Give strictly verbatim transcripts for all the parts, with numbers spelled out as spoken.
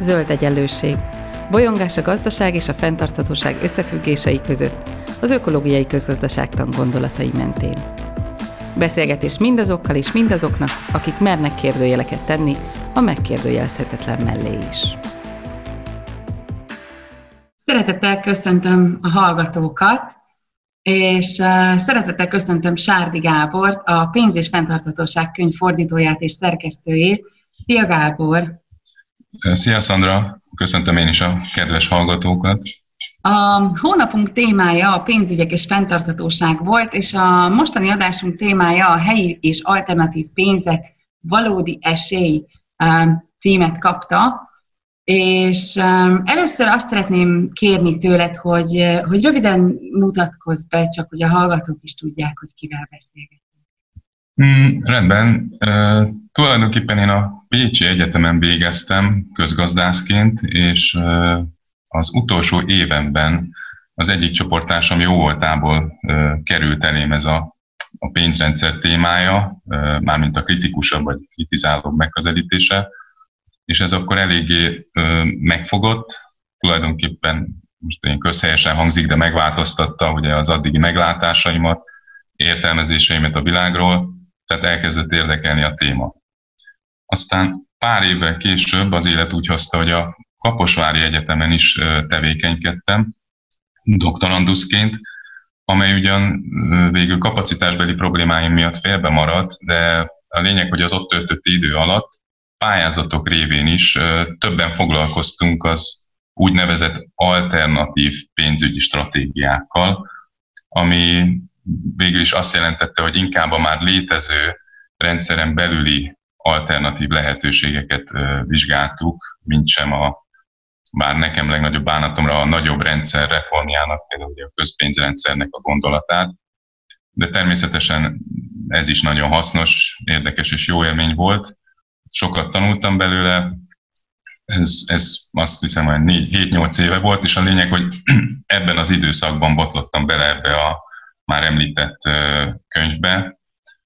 Zöld egyenlőség. Bolyongás a gazdaság és a fenntarthatóság összefüggései között, az ökológiai közgazdaságtan gondolatai mentén. Beszélgetés mindazokkal és mindazoknak, akik mernek kérdőjeleket tenni a megkérdőjelezhetetlen mellé is. Szeretettel köszöntöm a hallgatókat, és szeretettel köszöntöm Sárdi Gábort, a Pénz és Fenntarthatóság könyv fordítóját és szerkesztőjét. Szia Gábor! Szia Szandra! Köszöntöm én is a kedves hallgatókat! A hónapunk témája a pénzügyek és fenntarthatóság volt, és a mostani adásunk témája a helyi és alternatív pénzek valódi esély címet kapta. És először azt szeretném kérni tőled, hogy, hogy röviden mutatkozz be, csak hogy a hallgatók is tudják, hogy kivel beszélgetünk. Mm, rendben. Uh, tulajdonképpen én a Pécsi Egyetemen végeztem közgazdászként, és uh, az utolsó évemben az egyik csoporttársam jó voltából uh, került elém ez a, a pénzrendszer témája, uh, mármint a kritikusabb vagy kritizálóbb megközelítése, és ez akkor eléggé ö, megfogott, tulajdonképpen most én közhelyesen hangzik, de megváltoztatta ugye az addigi meglátásaimat, értelmezéseimet a világról, tehát elkezdett érdekelni a téma. Aztán pár évvel később az élet úgy hozta, hogy a Kaposvári Egyetemen is ö, tevékenykedtem, doktoranduszként, amely ugyan ö, végül kapacitásbeli problémáim miatt félbe maradt, de a lényeg, hogy az ott töltött idő alatt pályázatok révén is többen foglalkoztunk az úgynevezett alternatív pénzügyi stratégiákkal, ami végül is azt jelentette, hogy inkább a már létező rendszeren belüli alternatív lehetőségeket vizsgáltuk, mint sem a, bár nekem legnagyobb bánatomra a nagyobb rendszer reformjának, például a közpénzrendszernek a gondolatát, de természetesen ez is nagyon hasznos, érdekes és jó élmény volt. Sokat tanultam belőle, ez, ez azt hiszem, hogy hét-nyolc éve volt, és a lényeg, hogy ebben az időszakban botlottam bele ebbe a már említett könyvbe,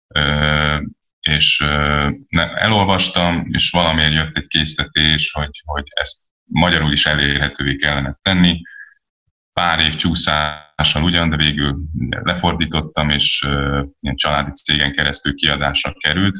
és elolvastam, és valamiért jött egy késztetés, hogy, hogy ezt magyarul is elérhetővé kellene tenni. Pár év csúszással ugyan, de végül lefordítottam, és ilyen családi cégen keresztül kiadásra került.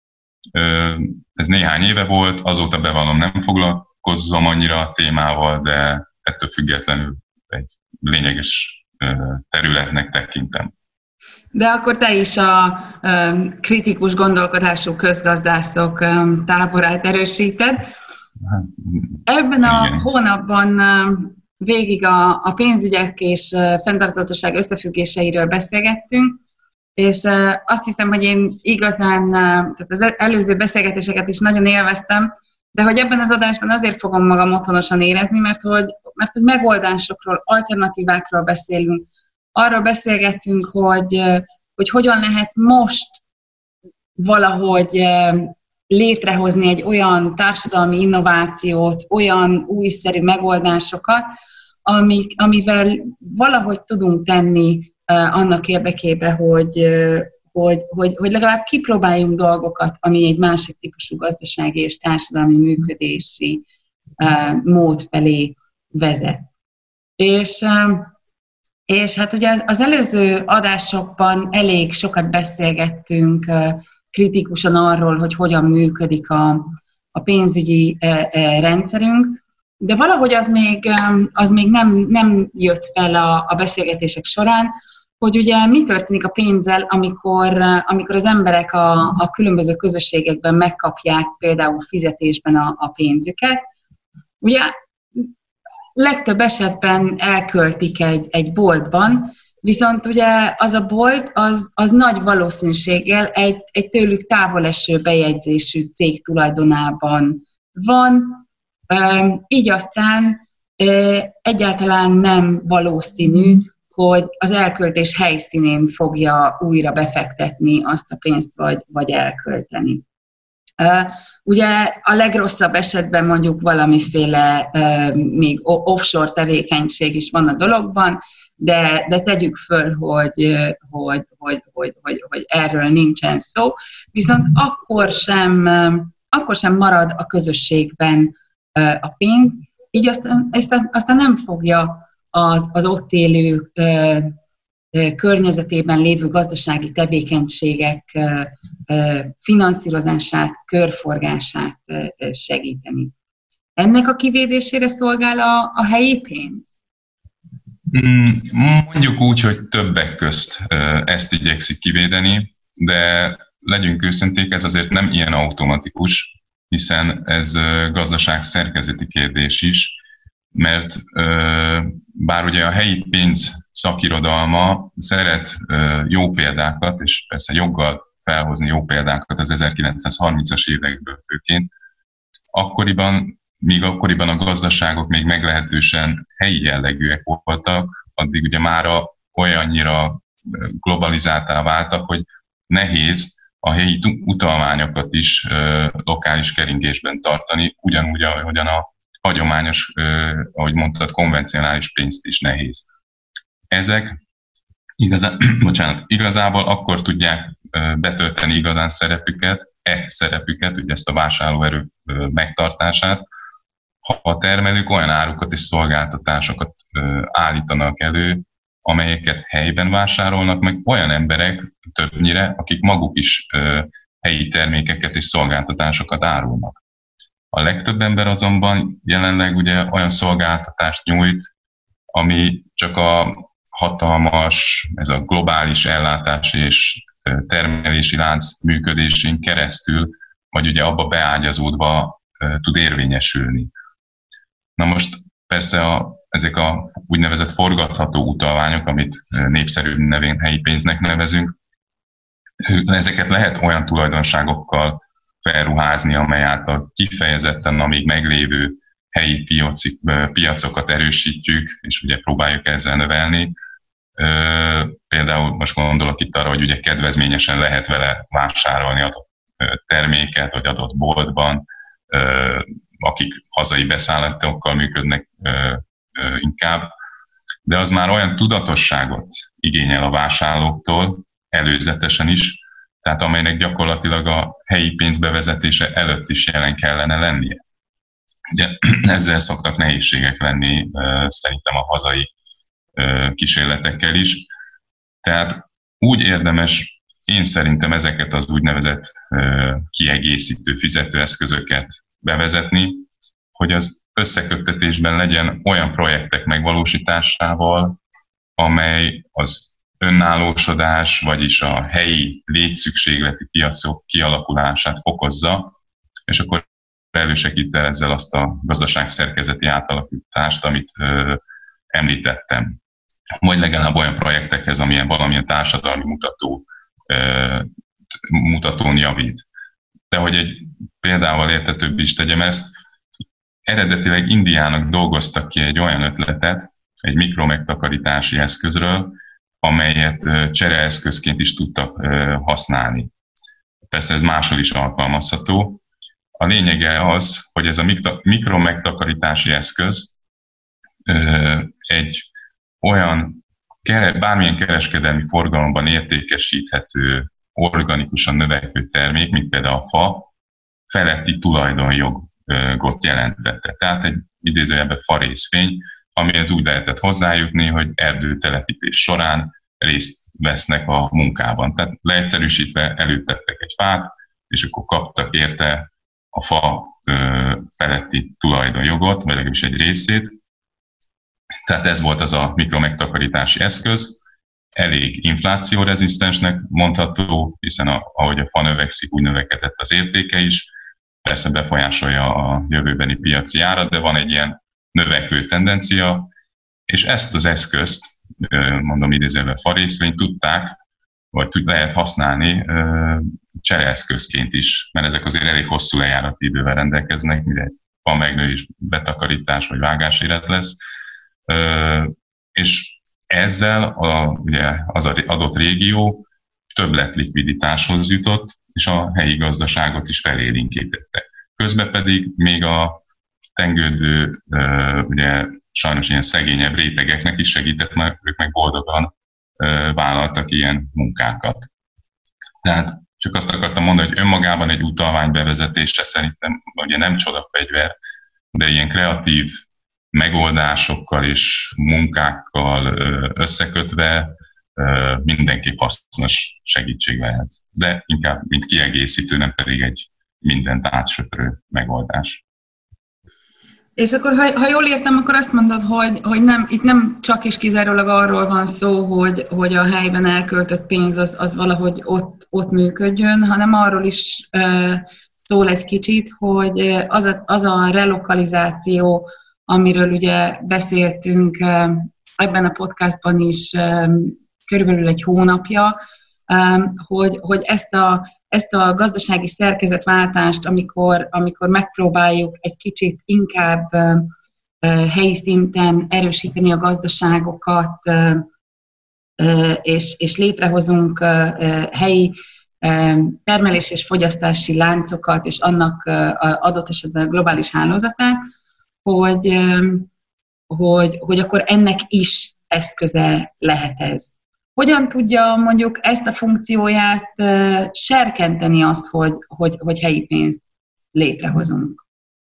Ez néhány éve volt, azóta bevallom, nem foglalkozom annyira a témával, de ettől függetlenül egy lényeges területnek tekintem. De akkor te is a kritikus gondolkodású közgazdászok táborát erősíted. Hát, ebben a igen. hónapban végig a, a pénzügyek és fenntarthatóság összefüggéseiről beszélgettünk, és azt hiszem, hogy én igazán, tehát az előző beszélgetéseket is nagyon élveztem, de hogy ebben az adásban azért fogom magam otthonosan érezni, mert hogy, mert hogy megoldásokról, alternatívákról beszélünk. Arról beszélgetünk, hogy, hogy hogyan lehet most valahogy létrehozni egy olyan társadalmi innovációt, olyan újszerű megoldásokat, amik, amivel valahogy tudunk tenni annak érdekében, hogy, hogy, hogy, hogy legalább kipróbáljunk dolgokat, ami egy másik típusú gazdasági és társadalmi működési mód felé vezet. És, és hát ugye az előző adásokban elég sokat beszélgettünk kritikusan arról, hogy hogyan működik a, a pénzügyi rendszerünk, de valahogy az még, az még nem, nem jött fel a, a beszélgetések során, hogy ugye mi történik a pénzzel, amikor, amikor az emberek a, a különböző közösségekben megkapják például fizetésben a, a pénzüket. Ugye legtöbb esetben elköltik egy, egy boltban, viszont ugye az a bolt, az, az nagy valószínűséggel egy, egy tőlük távoleső bejegyzésű cég tulajdonában van, így aztán egyáltalán nem valószínű, hogy az elköltés helyszínén fogja újra befektetni azt a pénzt, vagy, vagy elkölteni. Ugye a legrosszabb esetben mondjuk valamiféle még offshore tevékenység is van a dologban, de, de tegyük föl, hogy, hogy, hogy, hogy, hogy, hogy erről nincsen szó, viszont akkor sem, akkor sem marad a közösségben a pénz, így aztán, aztán, aztán nem fogja az, az ott élő környezetében lévő gazdasági tevékenységek finanszírozását, körforgását segíteni. Ennek a kivédésére szolgál a, a helyi pénz? Mondjuk úgy, hogy többek közt ezt igyekszik kivédeni, de legyünk őszinték, ez azért nem ilyen automatikus, hiszen ez gazdaság szerkezeti kérdés is, mert bár ugye a helyi pénz szakirodalma szeret jó példákat, és persze joggal felhozni jó példákat az ezerkilencszázharmincas évekből főként, akkoriban, míg akkoriban a gazdaságok még meglehetősen helyi jellegűek voltak, addig ugye mára olyannyira globalizáltá váltak, hogy nehéz a helyi utalványokat is lokális keringésben tartani, ugyanúgy, ahogyan a hagyományos, ahogy mondtad, konvencionális pénzt is nehéz. Ezek igazán, bocsánat, igazából akkor tudják betölteni igazán szerepüket, e szerepüket, ugye ezt a vásárlóerő megtartását, ha a termelők olyan árukat és szolgáltatásokat állítanak elő, amelyeket helyben vásárolnak, meg olyan emberek többnyire, akik maguk is helyi termékeket és szolgáltatásokat árulnak. A legtöbb ember azonban jelenleg ugye olyan szolgáltatást nyújt, ami csak a hatalmas, ez a globális ellátási és termelési lánc működésén keresztül, vagy ugye abba beágyazódva tud érvényesülni. Na most persze a, ezek a úgynevezett forgatható utalványok, amit népszerű nevén helyi pénznek nevezünk, ezeket lehet olyan tulajdonságokkal felruházni, amely által kifejezetten a még meglévő helyi piaci, piacokat erősítjük, és ugye próbáljuk ezzel növelni. Például most gondolok itt arra, hogy ugye kedvezményesen lehet vele vásárolni adott terméket, vagy adott boltban, akik hazai beszállítókkal működnek inkább, de az már olyan tudatosságot igényel a vásárlóktól, előzetesen is, tehát amelynek gyakorlatilag a helyi pénz bevezetése előtt is jelen kellene lennie. Ugye ezzel szoktak nehézségek lenni szerintem a hazai kísérletekkel is. Tehát úgy érdemes én szerintem ezeket az úgynevezett kiegészítő fizetőeszközöket bevezetni, hogy az összeköttetésben legyen olyan projektek megvalósításával, amely az önállósodás, vagyis a helyi létszükségleti piacok kialakulását fokozza, és akkor elősegít el ezzel azt a gazdaságszerkezeti átalakítást, amit ö, említettem. Majd legalább olyan projektekhez, amilyen valamilyen társadalmi mutató, ö, mutatón javít. De hogy egy példával érthetőbb is tegyem ezt, eredetileg Indiának dolgoztak ki egy olyan ötletet, egy mikromegtakarítási eszközről, amelyet csereeszközként is tudtak használni. Persze ez máshol is alkalmazható. A lényege az, hogy ez a mikromegtakarítási eszköz egy olyan bármilyen kereskedelmi forgalomban értékesíthető, organikusan növekvő termék, mint például a fa, feletti tulajdonjogot jelentette. Tehát egy idézőjelben fa részvény, amihez úgy lehetett hozzájutni, hogy erdőtelepítés során részt vesznek a munkában. Tehát leegyszerűsítve előtettek egy fát, és akkor kaptak érte a fa ö, feletti tulajdonjogot, vagy legalábbis egy részét. Tehát ez volt az a mikromegtakarítási eszköz, elég inflációrezisztensnek mondható, hiszen a, ahogy a fa növekszik, úgy növekedett az értéke is. Persze befolyásolja a jövőbeni piaci árat, de van egy ilyen növekvő tendencia, és ezt az eszközt, mondom idézőjelben farészvényt tudták, vagy tud, lehet használni csereeszközként is, mert ezek azért elég hosszú lejárati idővel rendelkeznek, mire van megnőés, betakarítás vagy vágáséret lesz, és ezzel a, ugye, az adott régió többlet likviditáshoz jutott, és a helyi gazdaságot is felélénkítette. Közben pedig még a tengődő, ugye sajnos ilyen szegényebb rétegeknek is segített, mert ők meg boldogan vállaltak ilyen munkákat. Tehát csak azt akartam mondani, hogy önmagában egy utalvány bevezetése szerintem ugye nem csodafegyver, de ilyen kreatív megoldásokkal és munkákkal összekötve mindenképp hasznos segítség lehet. De inkább mint kiegészítő, nem pedig egy mindent átsöprő megoldás. És akkor, ha, ha jól értem, akkor azt mondod, hogy, hogy nem, itt nem csak és kizárólag arról van szó, hogy, hogy a helyben elköltött pénz az, az valahogy ott, ott működjön, hanem arról is uh, szól egy kicsit, hogy az a, az a relokalizáció, amiről ugye beszéltünk uh, ebben a podcastban is uh, körülbelül egy hónapja, um, hogy, hogy ezt a ezt a gazdasági szerkezetváltást, amikor, amikor megpróbáljuk egy kicsit inkább uh, helyi szinten erősíteni a gazdaságokat, uh, uh, és, és létrehozunk uh, helyi uh, termelés- és fogyasztási láncokat, és annak uh, adott esetben a globális hálózatát, hogy, uh, hogy, hogy akkor ennek is eszköze lehet ez. Hogyan tudja mondjuk ezt a funkcióját uh, serkenteni azt, hogy, hogy, hogy helyi pénzt létrehozunk?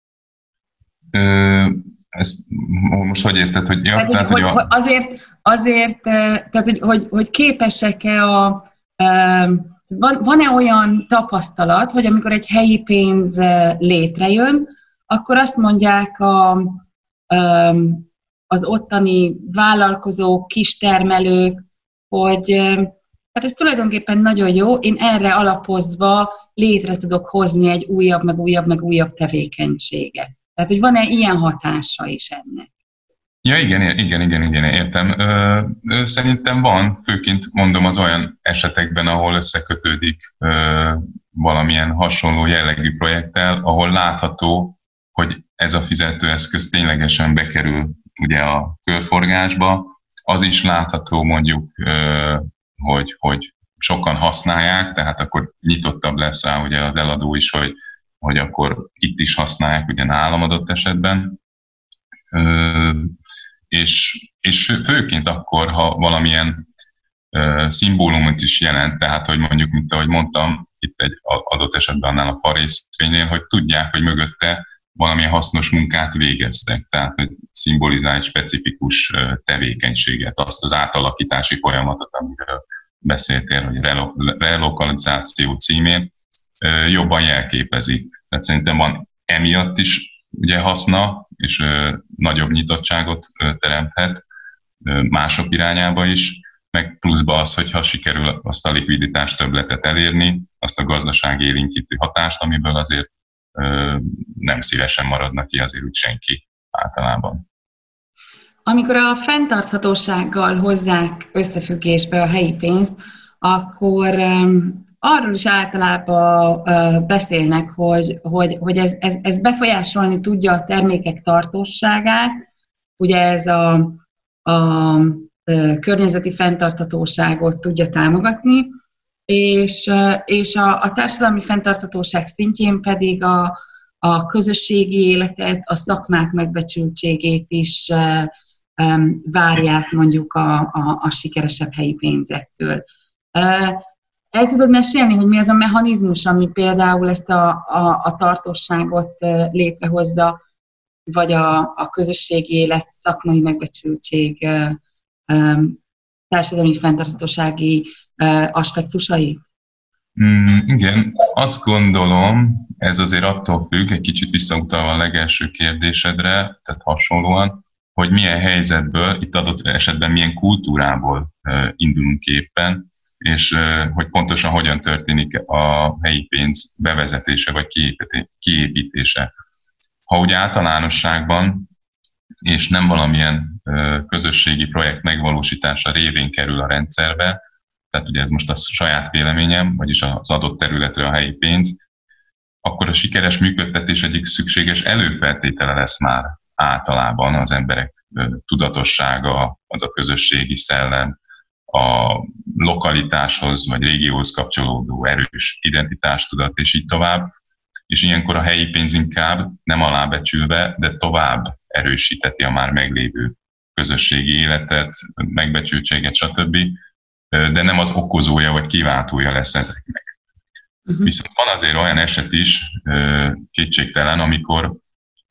Ö, ezt most hogy érted? Hogy, ja, tehát, tehát, hogy, hogy hogy a... azért, azért tehát, hogy, hogy, hogy képesek-e a... Uh, van, van-e olyan tapasztalat, hogy amikor egy helyi pénz létrejön, akkor azt mondják a, um, az ottani vállalkozók, kistermelők, hogy hát ez tulajdonképpen nagyon jó, én erre alapozva létre tudok hozni egy újabb, meg újabb, meg újabb tevékenységet. Tehát, hogy van-e ilyen hatása is ennek? Ja, igen, igen, igen, igen, értem. Ö, ö, szerintem van, főként mondom az olyan esetekben, ahol összekötődik ö, valamilyen hasonló jellegű projekttel, ahol látható, hogy ez a fizetőeszköz ténylegesen bekerül ugye a körforgásba. Az is látható mondjuk, hogy, hogy sokan használják, tehát akkor nyitottabb lesz rá ugye az eladó is, hogy, hogy akkor itt is használják ugye nálam adott esetben. És, és főként akkor, ha valamilyen szimbólumot is jelent, tehát hogy mondjuk, mint ahogy mondtam, itt egy adott esetben annál a farészfénynél, hogy tudják, hogy mögötte valamilyen hasznos munkát végeztek, tehát hogy szimbolizál egy specifikus tevékenységet, azt az átalakítási folyamatot, amiről beszéltél, hogy relokalizáció címén jobban jelképezi. Tehát szerintem van emiatt is ugye haszna, és nagyobb nyitottságot teremthet mások irányába is, meg pluszba az, hogyha sikerül azt a likviditás többletet elérni, azt a gazdasági élénkítő hatást, amiből azért nem szívesen maradnak ki azért úgy senki általában. Amikor a fenntarthatósággal hozzák összefüggésbe a helyi pénzt, akkor arról is általában beszélnek, hogy, hogy, hogy ez, ez, ez befolyásolni tudja a termékek tartósságát, ugye ez a, a környezeti fenntarthatóságot tudja támogatni, és, és a, a társadalmi fenntarthatóság szintjén pedig a, a közösségi életet, a szakmák megbecsültségét is um, várják mondjuk a, a, a sikeresebb helyi pénzektől. Uh, el tudod mesélni, hogy mi az a mechanizmus, ami például ezt a, a, a tartósságot uh, létrehozza, vagy a, a közösségi élet szakmai megbecsültség uh, um, társadalmi fenntarthatósági uh, aspektusait? Mm, igen, azt gondolom, ez azért attól függ, egy kicsit visszautalva a legelső kérdésedre, tehát hasonlóan, hogy milyen helyzetből, itt adott esetben milyen kultúrából uh, indulunk éppen, és uh, hogy pontosan hogyan történik a helyi pénz bevezetése vagy kiépítése. Ha úgy általánosságban, és nem valamilyen uh, közösségi projekt megvalósítása révén kerül a rendszerbe, tehát ugye ez most a saját véleményem, vagyis az adott területre a helyi pénz, akkor a sikeres működtetés egyik szükséges előfeltétele lesz már általában az emberek tudatossága, az a közösségi szellem, a lokalitáshoz vagy régióhoz kapcsolódó erős identitástudat, és így tovább. És ilyenkor a helyi pénz inkább nem alábecsülve, de tovább erősíteti a már meglévő közösségi életet, megbecsültséget, stb., de nem az okozója vagy kiváltója lesz ezeknek. Uh-huh. Viszont van azért olyan eset is, kétségtelen, amikor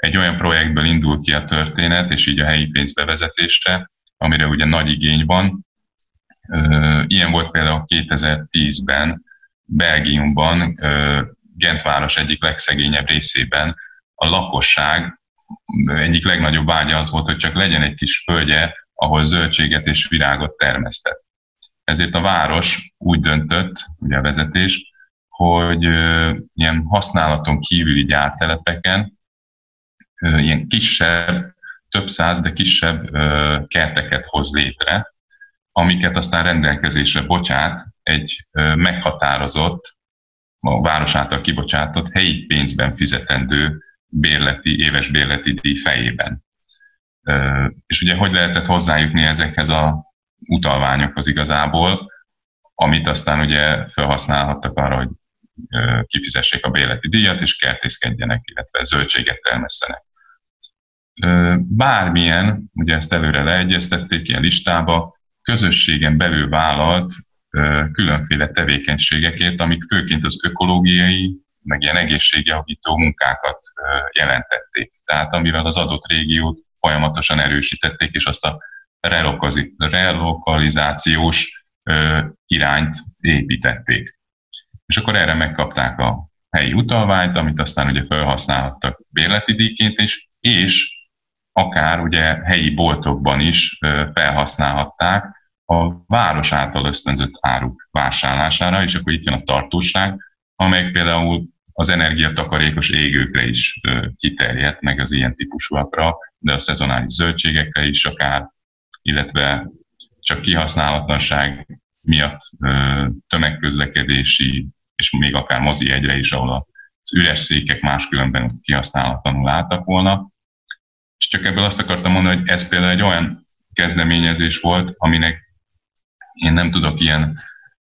egy olyan projektből indul ki a történet, és így a helyi pénz bevezetése, amire ugye nagy igény van. Ilyen volt például kétezer-tízben Belgiumban, Gent város egyik legszegényebb részében a lakosság egyik legnagyobb vágya az volt, hogy csak legyen egy kis földje, ahol zöldséget és virágot termesztett. Ezért a város úgy döntött, ugye a vezetés, hogy ilyen használaton kívüli gyártelepeken ilyen kisebb, több száz, de kisebb kerteket hoz létre, amiket aztán rendelkezésre bocsát egy meghatározott, a város által kibocsátott helyi pénzben fizetendő bérleti, éves bérleti díj fejében. És ugye hogy lehetett hozzájutni ezekhez a utalványokhoz igazából, amit aztán ugye felhasználhattak arra, hogy kifizessék a bérleti díjat, és kertészkedjenek, illetve zöldséget termesszenek. Bármilyen, ugye ezt előre leegyeztették ilyen listába, közösségen belül vállalt különféle tevékenységekért, amik főként az ökológiai, meg ilyen egészségjavító munkákat jelentették. Tehát amivel az adott régiót folyamatosan erősítették, és azt a relokalizációs irányt építették. És akkor erre megkapták a helyi utalványt, amit aztán ugye felhasználhattak bérleti díjként is, és akár ugye helyi boltokban is felhasználhatták a város által ösztönzött áruk vásárlására, és akkor itt jön a tartóság, amely például az energiatakarékos égőkre is kiterjedt, meg az ilyen típusúakra, de a szezonális zöldségekre is akár, illetve csak kihasználatlanság miatt tömegközlekedési, és még akár mozi jegyre is, ahol az üres székek máskülönben kihasználatlanul álltak volna. És csak ebből azt akartam mondani, hogy ez például egy olyan kezdeményezés volt, aminek én nem tudok ilyen,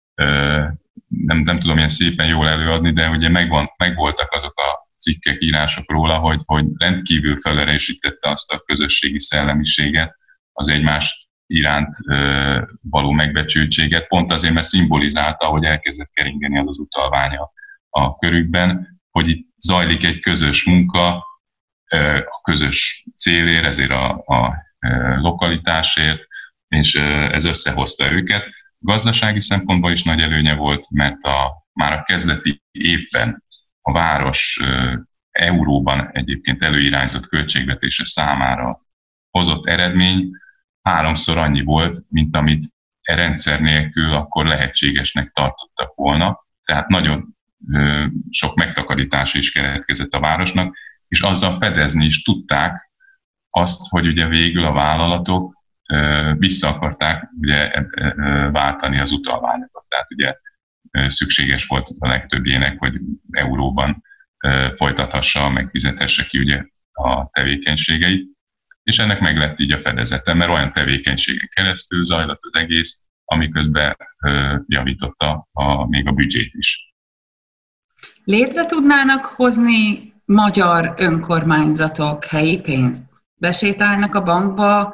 nem, nem tudom ilyen szépen jól előadni, de ugye megvan, megvoltak azok a cikkek, írások róla, hogy, hogy rendkívül felerősítette azt a közösségi szellemiséget, az egymás iránt való megbecsültséget, pont azért, mert szimbolizálta, hogy elkezdett keringeni az az utalványa a körükben, hogy itt zajlik egy közös munka, a közös célért, ezért a, a lokalitásért, és ez összehozta őket. Gazdasági szempontból is nagy előnye volt, mert a, már a kezdeti évben a város euróban egyébként előirányzott költségvetése számára hozott eredmény háromszor annyi volt, mint amit e rendszer nélkül akkor lehetségesnek tartottak volna. Tehát nagyon sok megtakarítás is keletkezett a városnak, és azzal fedezni is tudták azt, hogy ugye végül a vállalatok vissza akarták ugye váltani az utalványokat. Tehát ugye szükséges volt a legtöbbjének, hogy euróban folytathassa, megfizethesse ki ugye a tevékenységeit, és ennek meg lett így a fedezete, mert olyan tevékenységek keresztül zajlott az egész, amiközben javította a, még a büdzsét is. Létre tudnának hozni magyar önkormányzatok helyi pénzt? Besétálnak a bankba,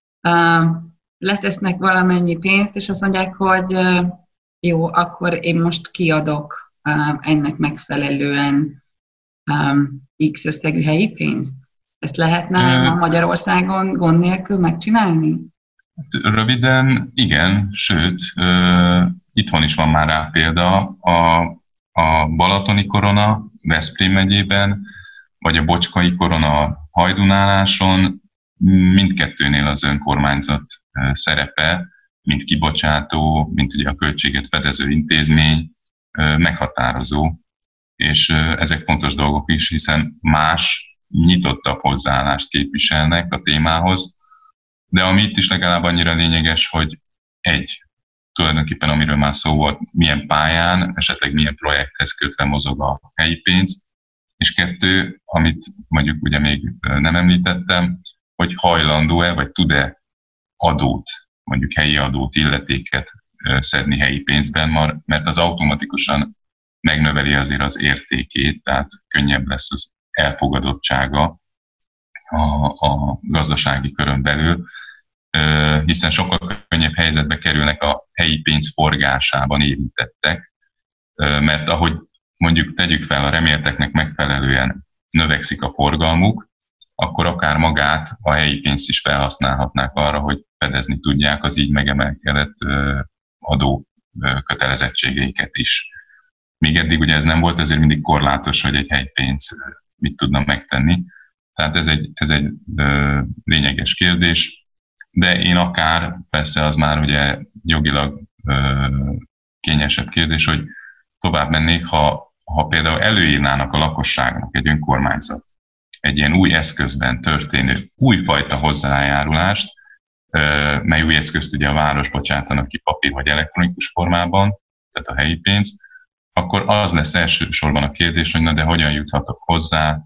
letesznek valamennyi pénzt, és azt mondják, hogy jó, akkor én most kiadok ennek megfelelően X összegű helyi pénzt. Ezt lehetne ma Magyarországon gond nélkül megcsinálni? Röviden igen, sőt, itthon is van már rá példa. A, a Balatoni Korona Veszprém megyében, vagy a Bocskai Korona Hajdunáláson mindkettőnél az önkormányzat szerepe, mint kibocsátó, mint ugye a költséget fedező intézmény meghatározó, és ezek fontos dolgok is, hiszen más, nyitottabb hozzáállást képviselnek a témához, de ami itt is legalább annyira lényeges, hogy egy, tulajdonképpen amiről már szó volt, milyen pályán, esetleg milyen projekthez kötve mozog a helyi pénz, és kettő, amit mondjuk ugye még nem említettem, hogy hajlandó-e, vagy tud-e adót, mondjuk helyi adót, illetéket szedni helyi pénzben, mert az automatikusan megnöveli azért az értékét, tehát könnyebb lesz az elfogadottsága a, a gazdasági körön belül, hiszen sokkal könnyebb helyzetbe kerülnek a helyi pénz forgásában érintettek, mert ahogy mondjuk tegyük fel, a remélteknek megfelelően növekszik a forgalmuk, akkor akár magát, a helyi pénzt is felhasználhatnák arra, hogy fedezni tudják az így megemelkedett adó kötelezettségeiket is. Még eddig ugye ez nem volt, ezért mindig korlátos, hogy egy helyi pénz mit tudna megtenni. Tehát ez egy, ez egy ö, lényeges kérdés, de én akár, persze az már ugye jogilag ö, kényesebb kérdés, hogy tovább mennék, ha, ha például előírnának a lakosságnak egy önkormányzat egy ilyen új eszközben történő újfajta hozzájárulást, ö, mely új eszközt ugye a város bocsátanak ki papír vagy elektronikus formában, tehát a helyi pénz, akkor az lesz elsősorban a kérdés, hogy na de hogyan juthatok hozzá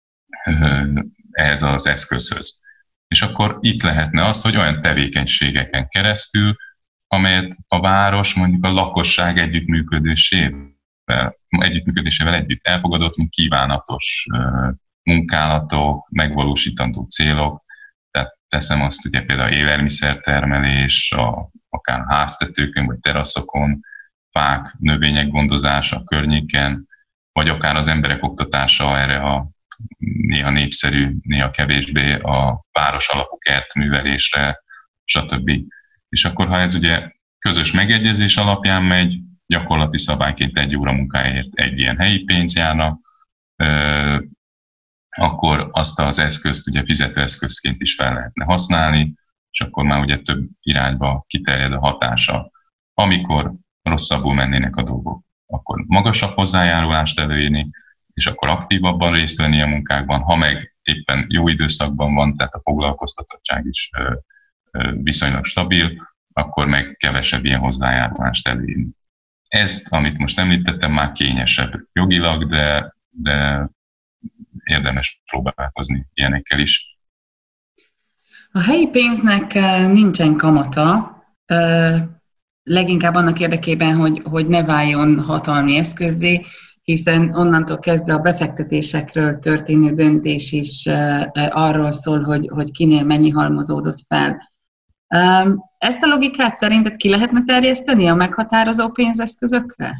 ehhez az eszközhöz. És akkor itt lehetne az, hogy olyan tevékenységeken keresztül, amelyet a város mondjuk a lakosság együttműködésével, együttműködésével együtt elfogadott, mint kívánatos munkálatok, megvalósítandó célok. Tehát teszem azt ugye például élelmiszertermelés, a, akár a háztetőkön vagy teraszokon, fák, növények gondozása a környéken, vagy akár az emberek oktatása erre a néha népszerű, néha kevésbé a város alapú kertművelésre, stb. És akkor, ha ez ugye közös megegyezés alapján megy, gyakorlati szabályként egy óra munkáért egy ilyen helyi pénz járna, akkor azt az eszközt ugye fizetőeszközként is fel lehetne használni, és akkor már ugye több irányba kiterjed a hatása. Amikor rosszabbul mennének a dolgok, akkor magasabb hozzájárulást előírni, és akkor aktívabban részt venni a munkákban, ha meg éppen jó időszakban van, tehát a foglalkoztatottság is ö, ö, viszonylag stabil, akkor meg kevesebb ilyen hozzájárulást előírni. Ezt, amit most említettem, már kényesebb jogilag, de, de érdemes próbálkozni ilyenekkel is. A helyi pénznek nincsen kamata, leginkább annak érdekében, hogy, hogy ne váljon hatalmi eszközzé, hiszen onnantól kezdve a befektetésekről történő döntés is arról szól, hogy, hogy kinél mennyi halmozódott fel. Ezt a logikát szerinted ki lehetne terjeszteni a meghatározó pénzeszközökre?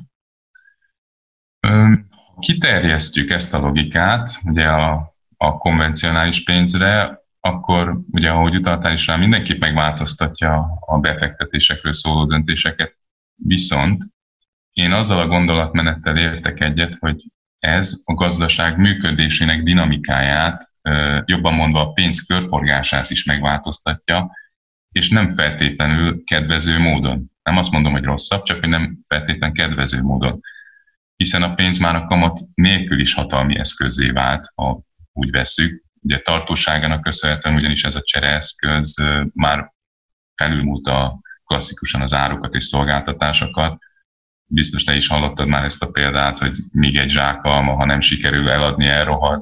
Kiterjesztjük ezt a logikát ugye a, a konvencionális pénzre, akkor ugye, ahogy utaltál is rá, mindenképp megváltoztatja a befektetésekről szóló döntéseket, viszont én azzal a gondolatmenettel értek egyet, hogy ez a gazdaság működésének dinamikáját, jobban mondva a pénz körforgását is megváltoztatja, és nem feltétlenül kedvező módon. Nem azt mondom, hogy rosszabb, csak hogy nem feltétlenül kedvező módon. Hiszen a pénz már a kamat nélkül is hatalmi eszközzé vált, ha úgy vesszük. Ugye tartóságának köszönhetően ugyanis ez a csereeszköz már felülmúlta klasszikusan az árukat és szolgáltatásokat. Biztos te is hallottad már ezt a példát, hogy míg egy zsákalma, ha nem sikerül eladni, elrohad,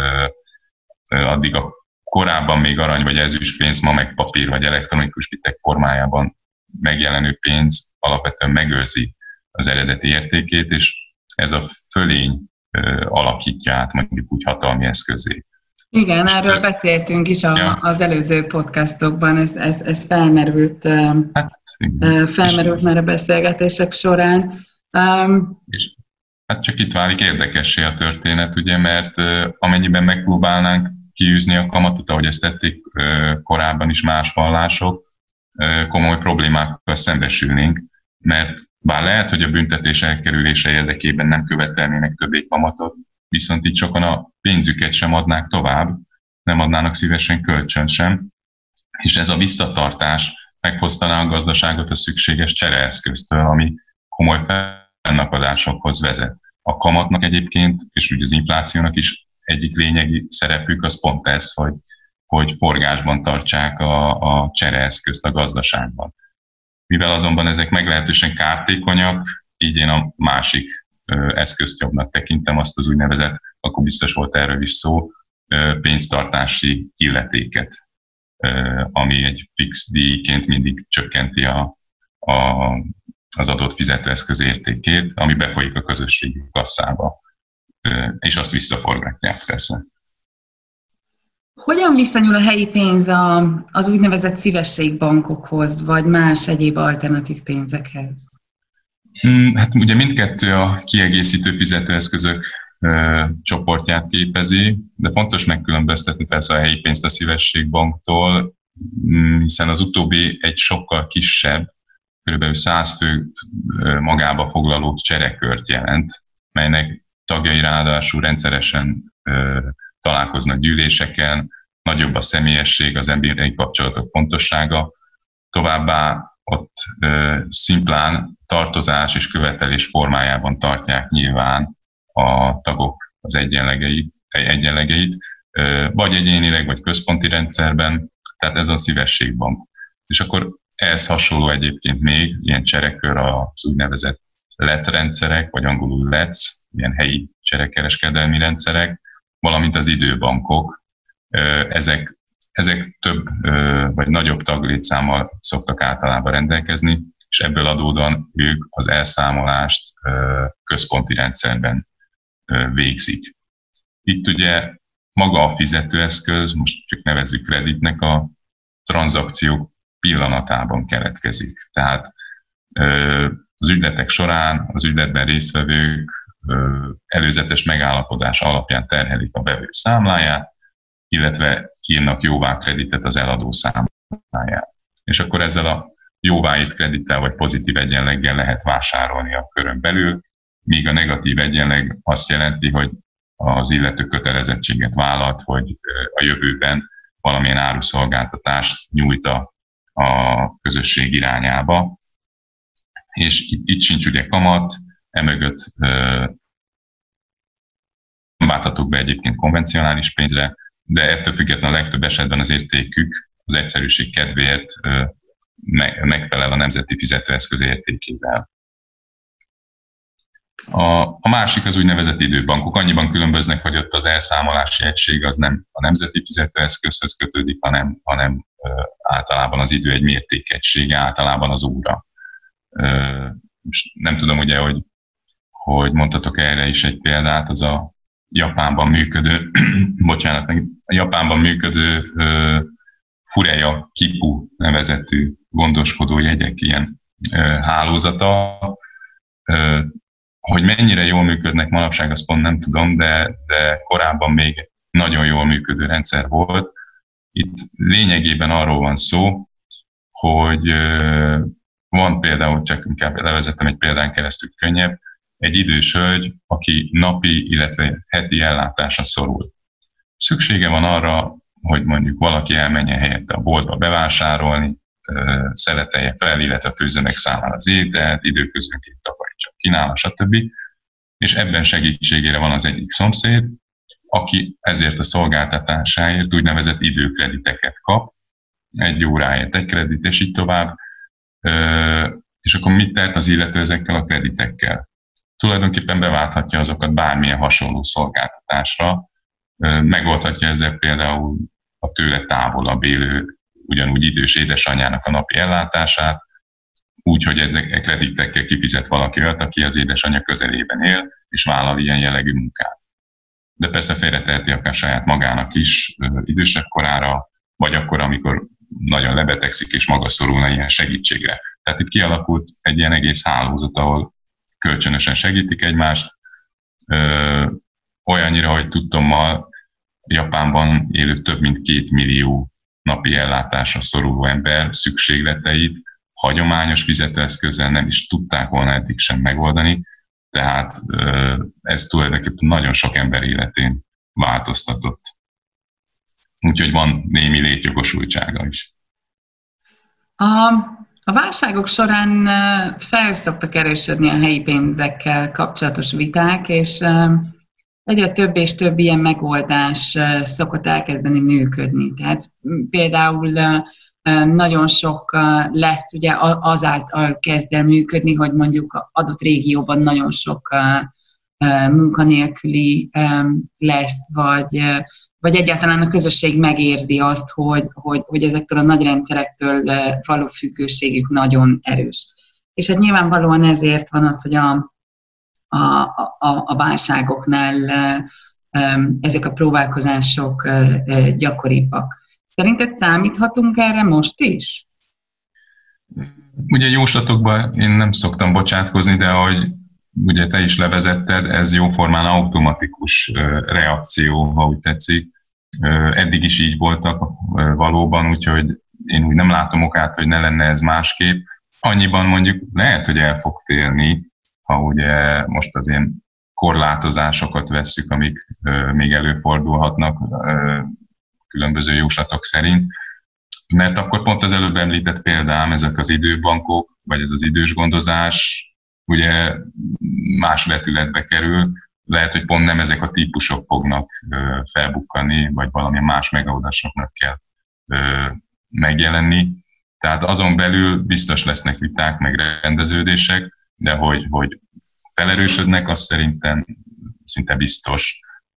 addig a korábban még arany vagy ezüst pénz, ma meg papír vagy elektronikus bitek formájában megjelenő pénz alapvetően megőrzi az eredeti értékét, és ez a fölény alakítja át mondjuk úgy hatalmi eszközé. Igen, erről ö, beszéltünk is a, ja. az előző podcastokban, ez, ez, ez felmerült, hát, felmerült már a beszélgetések során. Um, és, hát csak itt válik érdekessé a történet, ugye, mert amennyiben megpróbálnánk kiűzni a kamatot, ahogy ezt tették korábban is más vallások, komoly problémákkal szembesülnénk, mert bár lehet, hogy a büntetés elkerülése érdekében nem követelnének többé kamatot, viszont így sokan a pénzüket sem adnák tovább, nem adnának szívesen kölcsön sem, és ez a visszatartás megfosztaná a gazdaságot a szükséges csereeszköztől, ami komoly fennakadásokhoz vezet. A kamatnak egyébként, és ugye az inflációnak is egyik lényegi szerepük az pont ez, hogy, hogy forgásban tartsák a, a csereeszközt a gazdaságban. Mivel azonban ezek meglehetősen kártékonyak, így én a másik eszközt jobbnak tekintem, azt az úgynevezett, akkor biztos volt erről is szó, pénztartási illetéket, ami egy fix díjként mindig csökkenti a, a, az adott fizetőeszköz értékét, ami befolyik a közösségi kasszába, és azt visszaforgatják persze. Hogyan viszonyul a helyi pénz a, az úgynevezett szívességbankokhoz, vagy más egyéb alternatív pénzekhez? Hát ugye mindkettő a kiegészítő fizetőeszközök ö, csoportját képezi, de fontos megkülönböztetni persze a helyi pénzt a Szívességbanktól, hiszen az utóbbi egy sokkal kisebb, kb. száz főt magába foglaló cserekört jelent, melynek tagjai ráadásul rendszeresen ö, találkoznak gyűléseken, nagyobb a személyesség, az emberi kapcsolatok fontossága, továbbá ott ö, szimplán tartozás és követelés formájában tartják nyilván a tagok az egyenlegeit, egyenlegeit, ö, vagy egyénileg, vagy központi rendszerben, tehát ez a Szívességbank. És akkor ehhez hasonló egyébként még ilyen cserekör az úgynevezett el é té rendszerek, vagy angolul el é té es, ilyen helyi cserekereskedelmi rendszerek, valamint az időbankok. Ezek, ezek több vagy nagyobb taglétszámmal szoktak általában rendelkezni, és ebből adódóan ők az elszámolást központi rendszerben végzik. Itt ugye maga a fizetőeszköz, most csak nevezzük kreditnek, a tranzakciók pillanatában keletkezik. Tehát az ügyletek során az ügyletben résztvevők előzetes megállapodás alapján terhelik a vevő számláját, illetve írnak jóvá kreditet az eladó számláját. És akkor ezzel a jóváírt kredittel vagy pozitív egyenleggel lehet vásárolni a körön belül, míg a negatív egyenleg azt jelenti, hogy az illető kötelezettséget vállalt, hogy a jövőben valamilyen áruszolgáltatást nyújt a, a közösség irányába. És itt, itt sincs ugye kamat, emögött nem válthatók be egyébként konvencionális pénzre, de ettől függetlenül a legtöbb esetben az értékük az egyszerűség kedvéért megfelel a nemzeti fizetőeszköz értékével. A, a másik az úgynevezett időbankok. Annyiban különböznek, hogy ott az elszámolási egység az nem a nemzeti fizetőeszközhöz kötődik, hanem, hanem általában az idő egy mértékegysége, általában az óra. Most nem tudom ugye, hogy, hogy mondhatok erre is egy példát, az a Japánban működő, bocsánat, a Japánban működő uh, Fureya Kipu nevezetű gondoskodó jegyek ilyen uh, hálózata. Uh, hogy mennyire jól működnek manapság, azt pont nem tudom, de, de korábban még nagyon jól működő rendszer volt. Itt lényegében arról van szó, hogy uh, van például, csak inkább levezettem egy példán keresztül könnyebb, egy idős hölgy, aki napi, illetve heti ellátásra szorul. Szüksége van arra, hogy mondjuk valaki elmenjen helyette a boltba bevásárolni, szeletelje fel, illetve főzze meg számára az ételt, időközönként takarítsa, kínálja, stb. És ebben segítségére van az egyik szomszéd, aki ezért a szolgáltatásáért úgynevezett időkrediteket kap, egy óráért egy kredit, és így tovább. És akkor mit tehet az illető ezekkel a kreditekkel? Tulajdonképpen beválthatja azokat bármilyen hasonló szolgáltatásra, megoldhatja ezzel például a tőle távolabb élő, ugyanúgy idős édesanyjának a napi ellátását, úgy, hogy ezek a kreditekkel kifizet valaki olyat, aki az édesanyja közelében él, és vállal ilyen jellegű munkát. De persze félreteheti akár saját magának is idősebb korára, vagy akkor, amikor nagyon lebetegszik és maga szorulna ilyen segítségre. Tehát itt kialakult egy ilyen egész hálózat, ahol kölcsönösen segítik egymást. Ö, olyannyira, hogy tudtommal Japánban élő több mint két millió napi ellátásra szoruló ember szükségleteit hagyományos fizetőeszközzel nem is tudták volna eddig sem megoldani, tehát ö, ez tulajdonképpen nagyon sok ember életén változtatott. Úgyhogy van némi létjogosultsága is. A, a válságok során felszoktak erősödni a helyi pénzekkel kapcsolatos viták, és egyre több és több ilyen megoldás szokott elkezdeni működni. Tehát például nagyon sok lett, ugye azáltal kezd el működni, hogy mondjuk adott régióban nagyon sok munkanélküli lesz, vagy vagy egyáltalán a közösség megérzi azt, hogy, hogy, hogy ezektől a nagy rendszerektől való függőségük nagyon erős. És hát nyilvánvalóan ezért van az, hogy a, a, a, a válságoknál ezek a próbálkozások gyakoribbak. Szerinted számíthatunk erre most is? Ugye jóslatokban én nem szoktam bocsátkozni, de ahogy ugye te is levezetted, ez jóformán automatikus reakció, ha úgy tetszik. Eddig is így voltak valóban, úgyhogy én úgy nem látom okát, hogy ne lenne ez másképp. Annyiban mondjuk lehet, hogy el fog félni, ha ugye most az ilyen korlátozásokat vesszük, amik még előfordulhatnak különböző jóslatok szerint, mert akkor pont az előbb említett példám, ezek az időbankok, vagy ez az idős gondozás, ugye más vetületbe kerül, lehet, hogy pont nem ezek a típusok fognak felbukkani, vagy valamilyen más megoldásoknak kell megjelenni. Tehát azon belül biztos lesznek viták, meg rendeződések, de hogy, hogy felerősödnek, azt szerintem szinte biztos.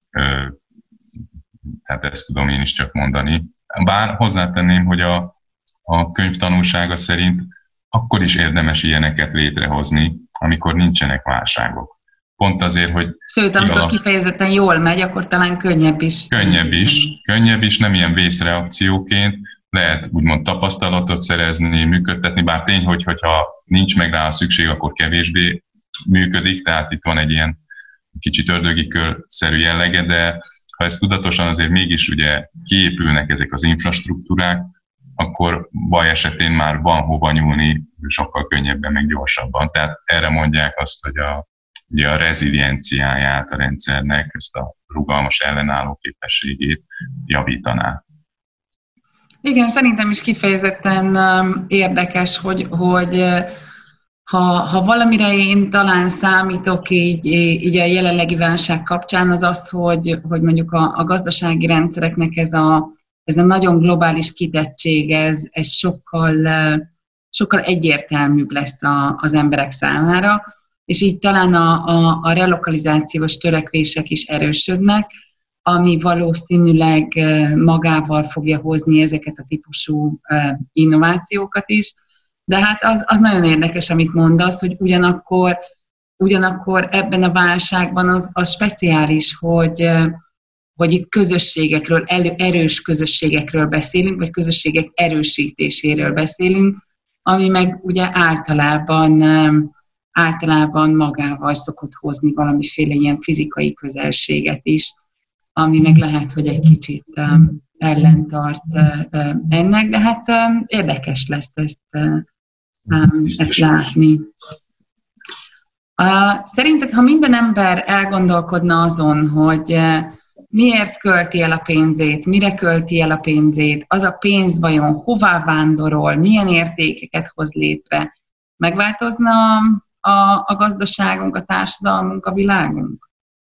Tehát ezt tudom én is csak mondani. Bár hozzátenném, hogy a, a könyv tanulsága szerint akkor is érdemes ilyeneket létrehozni, amikor nincsenek válságok. Pont azért, hogy... Sőt, amikor alap... kifejezetten jól megy, akkor talán könnyebb is. Könnyebb is, könnyebb is, nem ilyen vészreakcióként. Lehet úgymond tapasztalatot szerezni, működtetni, bár tény, hogy hogyha nincs meg rá a szükség, akkor kevésbé működik, tehát itt van egy ilyen kicsit ördögi körszerű jellege, de ha ezt tudatosan azért mégis ugye kiépülnek ezek az infrastruktúrák, akkor baj esetén már van hova nyúlni sokkal könnyebben, meg gyorsabban. Tehát erre mondják azt, hogy a, ugye a rezilienciáját a rendszernek, ezt a rugalmas ellenálló képességét javítaná. Igen, szerintem is kifejezetten érdekes, hogy, hogy ha, ha valamire én talán számítok így, így a jelenlegi válság kapcsán, az az, hogy, hogy mondjuk a, a gazdasági rendszereknek ez a, ez a nagyon globális kitettség, ez, ez sokkal, sokkal egyértelműbb lesz a, az emberek számára, és így talán a, a, a relokalizációs törekvések is erősödnek, ami valószínűleg magával fogja hozni ezeket a típusú innovációkat is. De hát az, az nagyon érdekes, amit mondasz, hogy ugyanakkor, ugyanakkor ebben a válságban az, az speciális, hogy, hogy itt közösségekről, elő, erős közösségekről beszélünk, vagy közösségek erősítéséről beszélünk, ami meg ugye általában, általában magával szokott hozni valamiféle ilyen fizikai közelséget is, ami meg lehet, hogy egy kicsit um, ellentart uh, ennek, de hát um, érdekes lesz ezt, uh, um, ezt látni. Uh, szerinted, ha minden ember elgondolkodna azon, hogy uh, miért költi el a pénzét, mire költi el a pénzét, az a pénz vajon hová vándorol, milyen értékeket hoz létre, megváltozna a, a gazdaságunk, a társadalmunk, a világunk?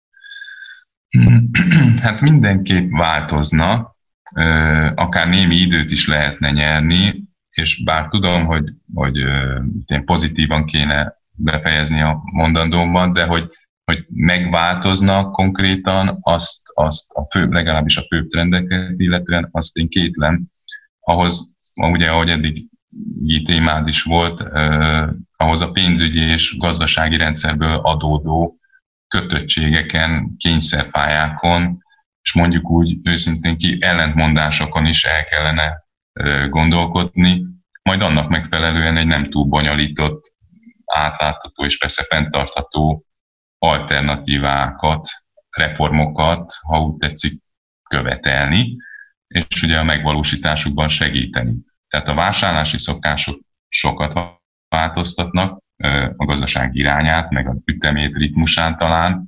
Hát mindenképp változna, akár némi időt is lehetne nyerni, és bár tudom, hogy, hogy én pozitívan kéne befejezni a mondandómban, de hogy, hogy megváltozna konkrétan, azt, azt a fő, legalábbis a főbb trendeket illetően, azt én kétlem. Ahhoz, ugye ahogy eddig így témád is volt, eh, ahhoz a pénzügyi és gazdasági rendszerből adódó kötöttségeken, kényszerpályákon, és mondjuk úgy őszintén ki ellentmondásokon is el kellene gondolkodni, majd annak megfelelően egy nem túl bonyolított, átlátható és persze fenntartható alternatívákat, reformokat, ha úgy tetszik, követelni, és ugye a megvalósításukban segíteni. Tehát a vásárlási szokások sokat változtatnak, a gazdaság irányát, meg a ütemét, ritmusán talán,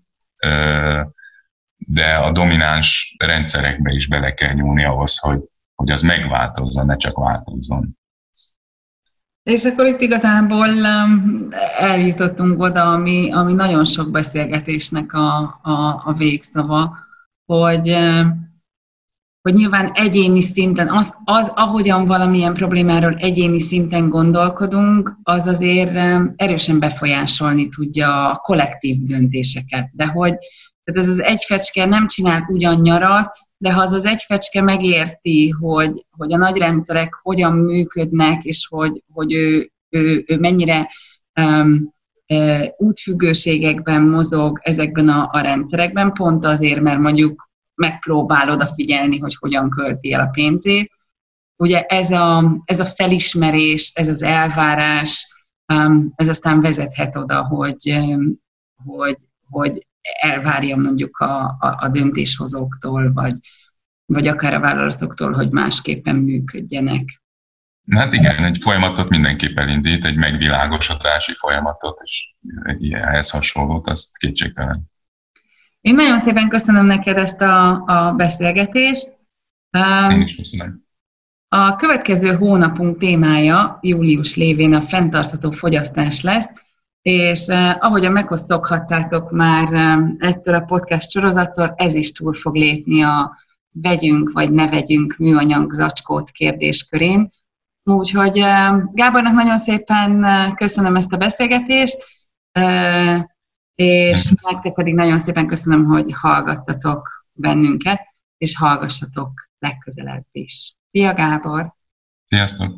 de a domináns rendszerekbe is bele kell nyúlni ahhoz, hogy, hogy az megváltozzon, ne csak változzon. És akkor itt igazából eljutottunk oda, ami, ami nagyon sok beszélgetésnek a, a, a végszava, hogy, hogy nyilván egyéni szinten, az, az, ahogyan valamilyen problémáról egyéni szinten gondolkodunk, az azért erősen befolyásolni tudja a kollektív döntéseket. De hogy tehát ez az egy fecske nem csinál ugyan nyarat, de ha az az egy fecske megérti, hogy, hogy a nagy rendszerek hogyan működnek, és hogy, hogy ő, ő, ő mennyire um, uh, útfüggőségekben mozog ezekben a, a rendszerekben, pont azért, mert mondjuk megpróbál odafigyelni, hogy hogyan költi el a pénzét. Ugye ez a, ez a felismerés, ez az elvárás, um, ez aztán vezethet oda, hogy, um, hogy, hogy elvárja mondjuk a, a, a döntéshozóktól, vagy, vagy akár a vállalatoktól, hogy másképpen működjenek. Hát igen, egy folyamatot mindenképp elindít, egy megvilágosodási folyamatot, és ehhez hasonlót, azt kétségtelen. Én nagyon szépen köszönöm neked ezt a, a beszélgetést. Én is köszönöm. A következő hónapunk témája július lévén a fenntartható fogyasztás lesz, és eh, ahogyan megszokhattátok már eh, ettől a podcast sorozattól, ez is túl fog lépni a vegyünk vagy ne vegyünk műanyag zacskót kérdéskörén. Úgyhogy eh, Gábornak nagyon szépen eh, köszönöm ezt a beszélgetést, eh, és nektek pedig nagyon szépen köszönöm, hogy hallgattatok bennünket, és hallgassatok legközelebb is. Szia, Gábor! Sziasztok!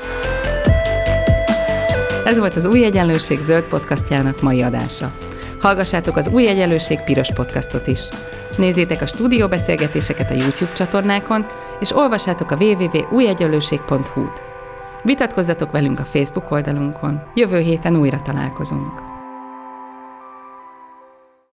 Ez volt az Új Egyenlőség zöld podcastjának mai adása. Hallgassátok az Új Egyenlőség piros podcastot is. Nézzétek a stúdióbeszélgetéseket a YouTube csatornákon, és olvassátok a double-u double-u double-u pont új egyenlőség pont hu-t. Vitatkozzatok velünk a Facebook oldalunkon. Jövő héten újra találkozunk.